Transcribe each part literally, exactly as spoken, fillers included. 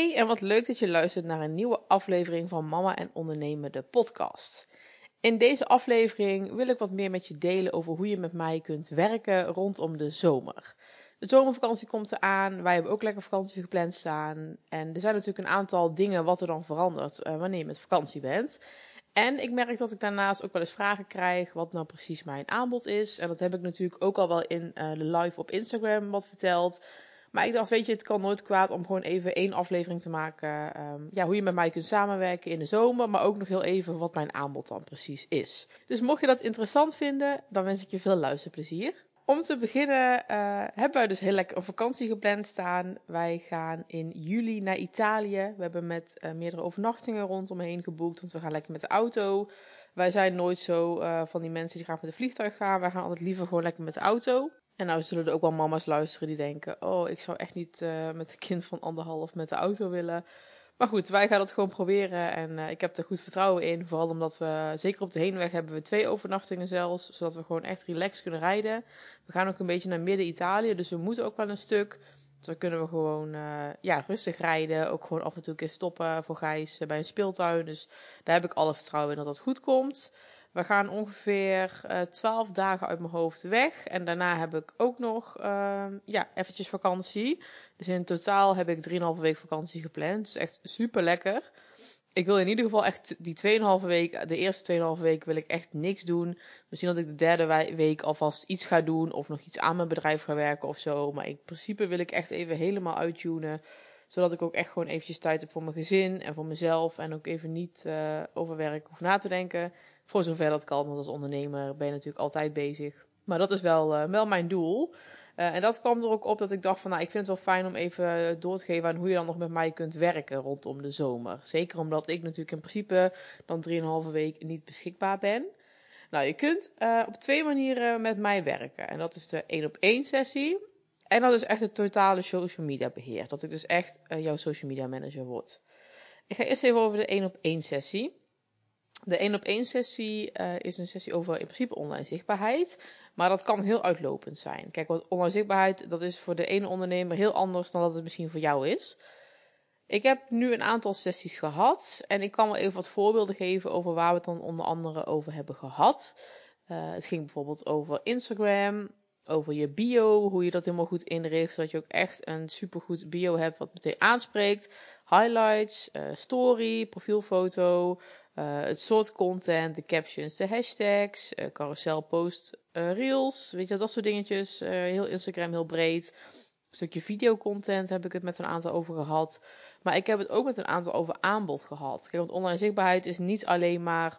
Hey, en wat leuk dat je luistert naar een nieuwe aflevering van Mama en Ondernemen, de podcast. In deze aflevering wil ik wat meer met je delen over hoe je met mij kunt werken rondom de zomer. De zomervakantie komt eraan, wij hebben ook lekker vakantie gepland staan. En er zijn natuurlijk een aantal dingen wat er dan verandert uh, wanneer je met vakantie bent. En ik merk dat ik daarnaast ook wel eens vragen krijg wat nou precies mijn aanbod is. En dat heb ik natuurlijk ook al wel in uh, de live op Instagram wat verteld. Maar ik dacht, weet je, het kan nooit kwaad om gewoon even één aflevering te maken. Um, ja, hoe je met mij kunt samenwerken in de zomer. Maar ook nog heel even wat mijn aanbod dan precies is. Dus mocht je dat interessant vinden, dan wens ik je veel luisterplezier. Om te beginnen uh, hebben wij dus heel lekker een vakantie gepland staan. Wij gaan in juli naar Italië. We hebben met uh, meerdere overnachtingen rondomheen geboekt. Want we gaan lekker met de auto. Wij zijn nooit zo uh, van die mensen die graag met een vliegtuig gaan. Wij gaan altijd liever gewoon lekker met de auto. En nou zullen er ook wel mama's luisteren die denken, oh, ik zou echt niet uh, met een kind van anderhalf met de auto willen. Maar goed, wij gaan dat gewoon proberen en uh, ik heb er goed vertrouwen in. Vooral omdat we, zeker op de heenweg hebben we twee overnachtingen zelfs, zodat we gewoon echt relaxed kunnen rijden. We gaan ook een beetje naar midden Italië, dus we moeten ook wel een stuk. Dus dan kunnen we gewoon uh, ja, rustig rijden, ook gewoon af en toe een keer stoppen voor Gijs uh, bij een speeltuin. Dus daar heb ik alle vertrouwen in dat dat goed komt. We gaan ongeveer twaalf uh, dagen uit mijn hoofd weg. En daarna heb ik ook nog uh, ja, eventjes vakantie. Dus in totaal heb ik drieënhalve week vakantie gepland. Dus echt super lekker. Ik wil in ieder geval echt die tweeënhalve week, de eerste tweeënhalve week wil ik echt niks doen. Misschien dat ik de derde week alvast iets ga doen. Of nog iets aan mijn bedrijf ga werken of zo. Maar in principe wil ik echt even helemaal uittunen. Zodat ik ook echt gewoon eventjes tijd heb voor mijn gezin en voor mezelf. En ook even niet uh, over werk hoef na te denken. Voor zover dat kan, want als ondernemer ben je natuurlijk altijd bezig. Maar dat is wel, uh, wel mijn doel. Uh, en dat kwam er ook op dat ik dacht van, nou, ik vind het wel fijn om even door te geven aan hoe je dan nog met mij kunt werken rondom de zomer. Zeker omdat ik natuurlijk in principe dan drieënhalve week niet beschikbaar ben. Nou, je kunt uh, op twee manieren met mij werken. En dat is de één op één sessie. En dat is echt het totale social media beheer. Dat ik dus echt uh, jouw social media manager word. Ik ga eerst even over de één op één sessie. De één op één sessie uh, is een sessie over in principe online zichtbaarheid. Maar dat kan heel uitlopend zijn. Kijk, want online zichtbaarheid, dat is voor de ene ondernemer heel anders dan dat het misschien voor jou is. Ik heb nu een aantal sessies gehad. En ik kan wel even wat voorbeelden geven over waar we het dan onder andere over hebben gehad. Uh, het ging bijvoorbeeld over Instagram, over je bio, hoe je dat helemaal goed inricht. Zodat je ook echt een supergoed bio hebt wat meteen aanspreekt. Highlights, uh, story, profielfoto, uh, het soort content, de captions, de hashtags, uh, carousel post, uh, reels, weet je, dat soort dingetjes. Uh, heel Instagram, heel breed. Een stukje videocontent heb ik het met een aantal over gehad. Maar ik heb het ook met een aantal over aanbod gehad. Kijk, want online zichtbaarheid is niet alleen maar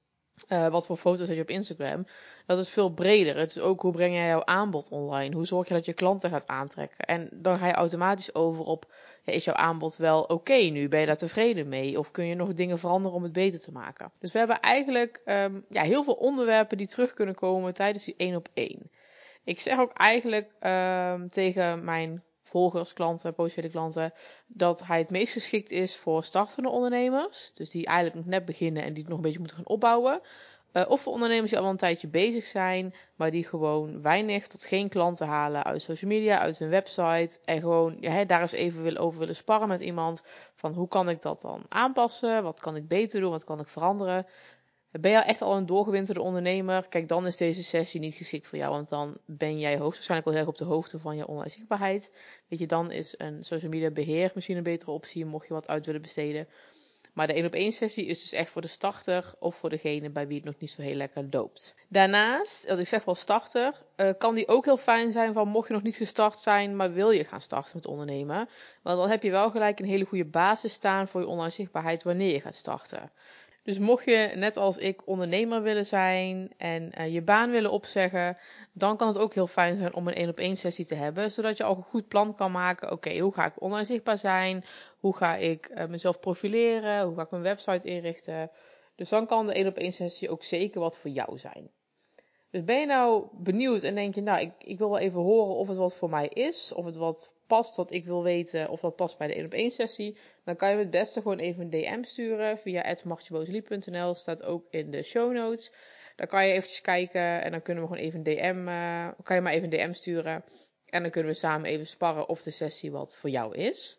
Uh, wat voor foto's heb je op Instagram. Dat is veel breder. Het is ook hoe breng jij jouw aanbod online. Hoe zorg je dat je klanten gaat aantrekken. En dan ga je automatisch over op, ja, is jouw aanbod wel oké okay nu? Ben je daar tevreden mee? Of kun je nog dingen veranderen om het beter te maken? Dus we hebben eigenlijk um, ja, heel veel onderwerpen die terug kunnen komen tijdens die één op één. Ik zeg ook eigenlijk um, tegen mijn volgers, klanten, potentiële klanten, dat hij het meest geschikt is voor startende ondernemers. Dus die eigenlijk nog net beginnen en die het nog een beetje moeten gaan opbouwen. Uh, of voor ondernemers die al wel een tijdje bezig zijn, maar die gewoon weinig tot geen klanten halen uit social media, uit hun website. En gewoon ja, hè, daar eens even willen, over willen sparren met iemand. Van hoe kan ik dat dan aanpassen? Wat kan ik beter doen? Wat kan ik veranderen? Ben je echt al een doorgewinterde ondernemer? Kijk, dan is deze sessie niet geschikt voor jou. Want dan ben jij hoogstwaarschijnlijk wel heel erg op de hoogte van je online zichtbaarheid. Weet je, dan is een social media beheer misschien een betere optie, mocht je wat uit willen besteden. Maar de één op één sessie is dus echt voor de starter of voor degene bij wie het nog niet zo heel lekker loopt. Daarnaast, als ik zeg wel starter, uh, kan die ook heel fijn zijn van mocht je nog niet gestart zijn, maar wil je gaan starten met ondernemen. Want dan heb je wel gelijk een hele goede basis staan voor je online zichtbaarheid wanneer je gaat starten. Dus mocht je, net als ik, ondernemer willen zijn en uh, je baan willen opzeggen, dan kan het ook heel fijn zijn om een één op één sessie te hebben, zodat je al een goed plan kan maken. Oké, okay, hoe ga ik online zichtbaar zijn? Hoe ga ik uh, mezelf profileren? Hoe ga ik mijn website inrichten? Dus dan kan de één op één sessie ook zeker wat voor jou zijn. Dus ben je nou benieuwd en denk je, nou, ik, ik wil wel even horen of het wat voor mij is, of het wat past wat ik wil weten, of dat past bij de één op één sessie, dan kan je me het beste gewoon even een D M sturen via at martjebozelie punt n l, staat ook in de show notes. Dan kan je eventjes kijken en dan kunnen we gewoon even een D M, uh, kan je maar even een D M sturen en dan kunnen we samen even sparren of de sessie wat voor jou is.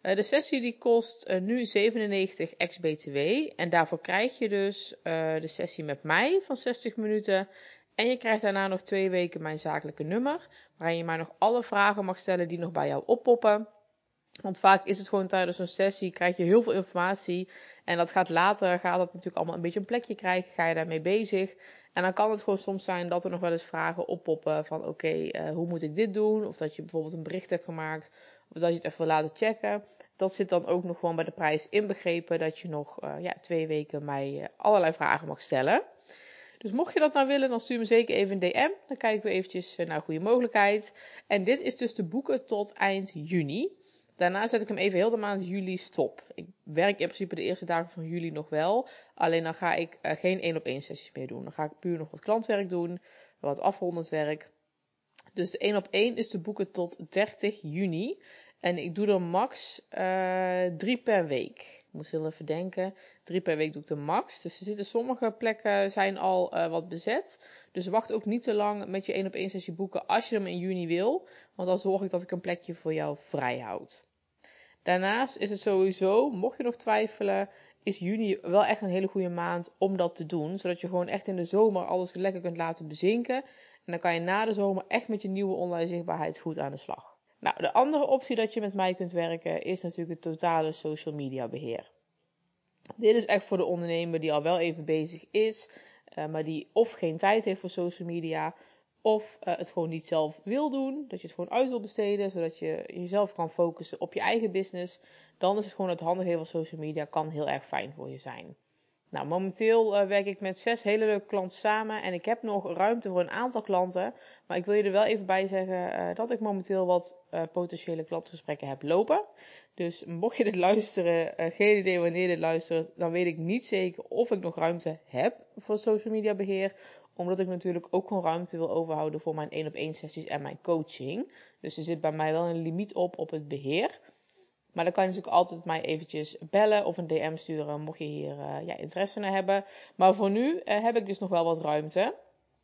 Uh, de sessie die kost uh, nu zevenennegentig ex B T W. En daarvoor krijg je dus uh, de sessie met mij van zestig minuten. En je krijgt daarna nog twee weken mijn zakelijke nummer. Waarin je mij nog alle vragen mag stellen die nog bij jou oppoppen. Want vaak is het gewoon tijdens zo'n sessie, krijg je heel veel informatie. En dat gaat later, gaat dat natuurlijk allemaal een beetje een plekje krijgen. Ga je daarmee bezig. En dan kan het gewoon soms zijn dat er nog wel eens vragen oppoppen van oké, okay, uh, hoe moet ik dit doen? Of dat je bijvoorbeeld een bericht hebt gemaakt. Of dat je het even wil laten checken. Dat zit dan ook nog gewoon bij de prijs inbegrepen. Dat je nog uh, ja, twee weken mij uh, allerlei vragen mag stellen. Dus mocht je dat nou willen, dan stuur me zeker even een D M. Dan kijken we eventjes uh, naar een goede mogelijkheid. En dit is dus te boeken tot eind juni. Daarna zet ik hem even heel de maand juli stop. Ik werk in principe de eerste dagen van juli nog wel. Alleen dan ga ik uh, geen één op één sessies meer doen. Dan ga ik puur nog wat klantwerk doen. Wat afrondend werk. Dus de één op één is te boeken tot dertig juni. En ik doe er max uh, drie per week. Ik moest heel even denken. Drie per week doe ik de max. Dus er zitten sommige plekken zijn al uh, wat bezet. Dus wacht ook niet te lang met je één op één sessie boeken als je hem in juni wil. Want dan zorg ik dat ik een plekje voor jou vrij houd. Daarnaast is het sowieso, mocht je nog twijfelen, is juni wel echt een hele goede maand om dat te doen. Zodat je gewoon echt in de zomer alles lekker kunt laten bezinken. En dan kan je na de zomer echt met je nieuwe online zichtbaarheid goed aan de slag. Nou, de andere optie dat je met mij kunt werken is natuurlijk het totale social media beheer. Dit is echt voor de ondernemer die al wel even bezig is, uh, maar die of geen tijd heeft voor social media, of uh, het gewoon niet zelf wil doen. Dat je het gewoon uit wil besteden, zodat je jezelf kan focussen op je eigen business. Dan is het gewoon het handigheden van social media, kan heel erg fijn voor je zijn. Nou, momenteel uh, werk ik met zes hele leuke klanten samen en ik heb nog ruimte voor een aantal klanten. Maar ik wil je er wel even bij zeggen uh, dat ik momenteel wat uh, potentiële klantgesprekken heb lopen. Dus mocht je dit luisteren, uh, geen idee wanneer je dit luistert, dan weet ik niet zeker of ik nog ruimte heb voor social media beheer. Omdat ik natuurlijk ook gewoon ruimte wil overhouden voor mijn één op één sessies en mijn coaching. Dus er zit bij mij wel een limiet op op het beheer. Maar dan kan je natuurlijk altijd mij eventjes bellen of een D M sturen, mocht je hier uh, ja, interesse in hebben. Maar voor nu uh, heb ik dus nog wel wat ruimte.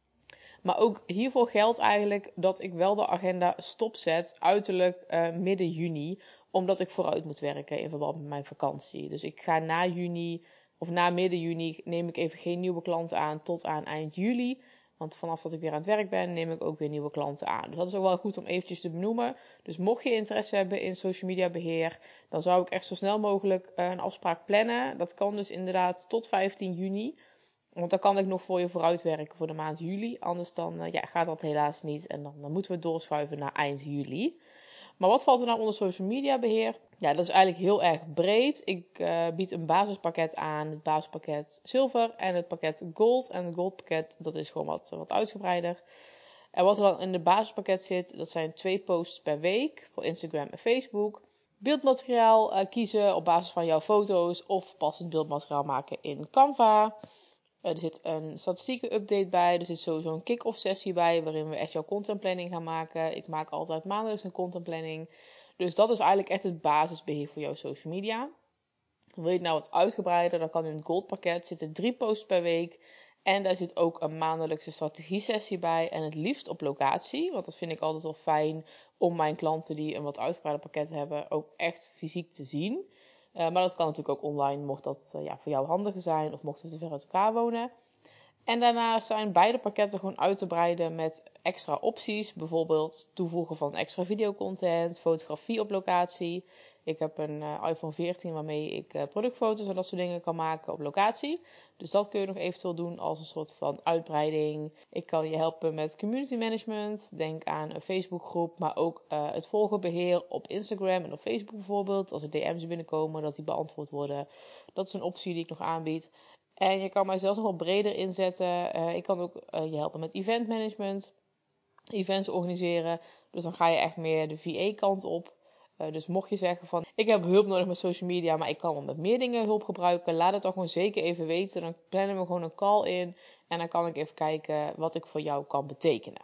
Maar ook hiervoor geldt eigenlijk dat ik wel de agenda stopzet, uiterlijk uh, midden juni. Omdat ik vooruit moet werken in verband met mijn vakantie. Dus ik ga na juni, of na midden juni, neem ik even geen nieuwe klanten aan tot aan eind juli. Want vanaf dat ik weer aan het werk ben, neem ik ook weer nieuwe klanten aan. Dus dat is ook wel goed om eventjes te benoemen. Dus mocht je interesse hebben in social media beheer, dan zou ik echt zo snel mogelijk uh, een afspraak plannen. Dat kan dus inderdaad tot vijftien juni. Want dan kan ik nog voor je vooruit werken voor de maand juli. Anders dan uh, ja, gaat dat helaas niet. En dan, dan moeten we doorschuiven naar eind juli. Maar wat valt er nou onder social media beheer? Ja, dat is eigenlijk heel erg breed. Ik uh, bied een basispakket aan, het basispakket zilver en het pakket gold. En het goldpakket, dat is gewoon wat, wat uitgebreider. En wat er dan in het basispakket zit, dat zijn twee posts per week voor Instagram en Facebook. Beeldmateriaal uh, kiezen op basis van jouw foto's of passend beeldmateriaal maken in Canva. Uh, er zit een statistieken update bij. Er zit sowieso een kick-off sessie bij, waarin we echt jouw contentplanning gaan maken. Ik maak altijd maandelijks een contentplanning. Dus dat is eigenlijk echt het basisbeheer voor jouw social media. Wil je het nou wat uitgebreider, dan kan in het goldpakket zitten drie posts per week. En daar zit ook een maandelijkse strategie-sessie bij. En het liefst op locatie, want dat vind ik altijd wel fijn om mijn klanten die een wat uitgebreider pakket hebben ook echt fysiek te zien. Uh, maar dat kan natuurlijk ook online, mocht dat uh, ja, voor jou handiger zijn of mochten we te ver uit elkaar wonen. En daarnaast zijn beide pakketten gewoon uit te breiden met extra opties. Bijvoorbeeld toevoegen van extra videocontent, fotografie op locatie. Ik heb een uh, iPhone veertien waarmee ik uh, productfoto's en dat soort dingen kan maken op locatie. Dus dat kun je nog eventueel doen als een soort van uitbreiding. Ik kan je helpen met community management. Denk aan een Facebookgroep, maar ook uh, het volgerbeheer op Instagram en op Facebook bijvoorbeeld. Als er D M's binnenkomen, dat die beantwoord worden. Dat is een optie die ik nog aanbied. En je kan mij zelfs nog wel breder inzetten. Uh, ik kan ook uh, je helpen met event management. Events organiseren. Dus dan ga je echt meer de V A-kant op. Uh, dus mocht je zeggen van, ik heb hulp nodig met social media, maar ik kan wel met meer dingen hulp gebruiken. Laat het dan gewoon zeker even weten. Dan plannen we gewoon een call in. En dan kan ik even kijken wat ik voor jou kan betekenen.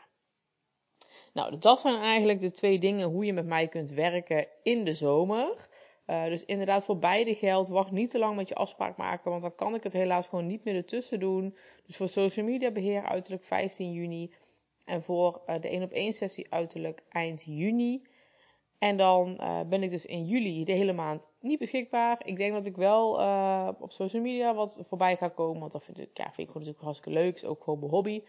Nou, dus dat zijn eigenlijk de twee dingen hoe je met mij kunt werken in de zomer. Uh, dus inderdaad voor beide geldt, wacht niet te lang met je afspraak maken, want dan kan ik het helaas gewoon niet meer ertussen doen. Dus voor social media beheer uiterlijk vijftien juni en voor uh, de één op één sessie uiterlijk eind juni. En dan uh, ben ik dus in juli de hele maand niet beschikbaar. Ik denk dat ik wel uh, op social media wat voorbij ga komen. Want dat vind ik, ja, vind ik gewoon natuurlijk hartstikke leuk. Is ook gewoon mijn hobby.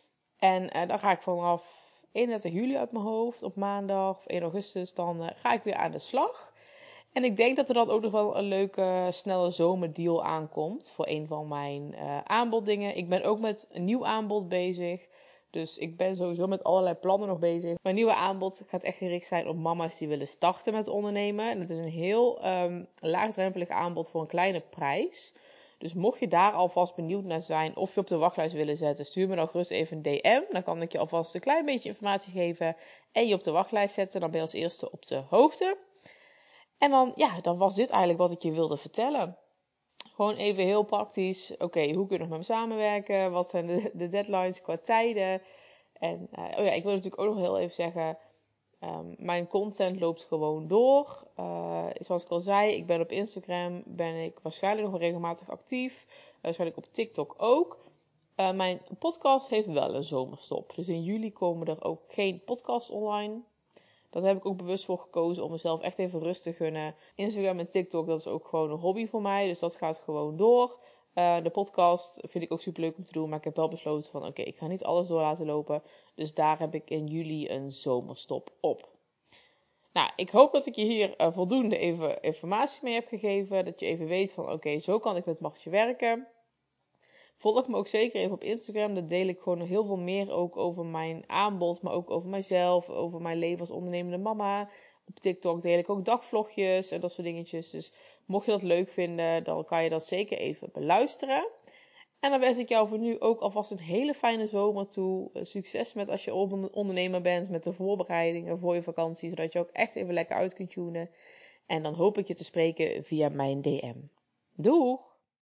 En uh, dan ga ik vanaf eenendertig juli uit mijn hoofd, op maandag of één augustus, dan uh, ga ik weer aan de slag. En ik denk dat er dan ook nog wel een leuke, snelle zomerdeal aankomt voor een van mijn uh, aanboddingen. Ik ben ook met een nieuw aanbod bezig. Dus ik ben sowieso met allerlei plannen nog bezig. Mijn nieuwe aanbod gaat echt gericht zijn op mama's die willen starten met ondernemen. En het is een heel um, laagdrempelig aanbod voor een kleine prijs. Dus mocht je daar alvast benieuwd naar zijn of je op de wachtlijst willen zetten, stuur me dan gerust even een D M. Dan kan ik je alvast een klein beetje informatie geven en je op de wachtlijst zetten. Dan ben je als eerste op de hoogte. En dan, ja, dan was dit eigenlijk wat ik je wilde vertellen. Gewoon even heel praktisch. Oké, okay, hoe kun je nog met me samenwerken? Wat zijn de, de deadlines qua tijden? En uh, oh ja, ik wil natuurlijk ook nog heel even zeggen, um, mijn content loopt gewoon door. Uh, zoals ik al zei, ik ben op Instagram, ben ik waarschijnlijk nog wel regelmatig actief. Uh, waarschijnlijk op TikTok ook. Uh, mijn podcast heeft wel een zomerstop. Dus in juli komen er ook geen podcasts online. Dat heb ik ook bewust voor gekozen om mezelf echt even rust te gunnen. Instagram en TikTok, dat is ook gewoon een hobby voor mij. Dus dat gaat gewoon door. Uh, de podcast vind ik ook super leuk om te doen. Maar ik heb wel besloten van oké, okay, ik ga niet alles door laten lopen. Dus daar heb ik in juli een zomerstop op. Nou, ik hoop dat ik je hier uh, voldoende even informatie mee heb gegeven. Dat je even weet van oké, okay, zo kan ik met Martje werken. Volg me ook zeker even op Instagram. Daar deel ik gewoon heel veel meer ook over mijn aanbod. Maar ook over mijzelf. Over mijn leven als ondernemende mama. Op TikTok deel ik ook dagvlogjes en dat soort dingetjes. Dus mocht je dat leuk vinden, dan kan je dat zeker even beluisteren. En dan wens ik jou voor nu ook alvast een hele fijne zomer toe. Succes met als je ondernemer bent. Met de voorbereidingen voor je vakantie. Zodat je ook echt even lekker uit kunt tunen. En dan hoop ik je te spreken via mijn D M. Doeg!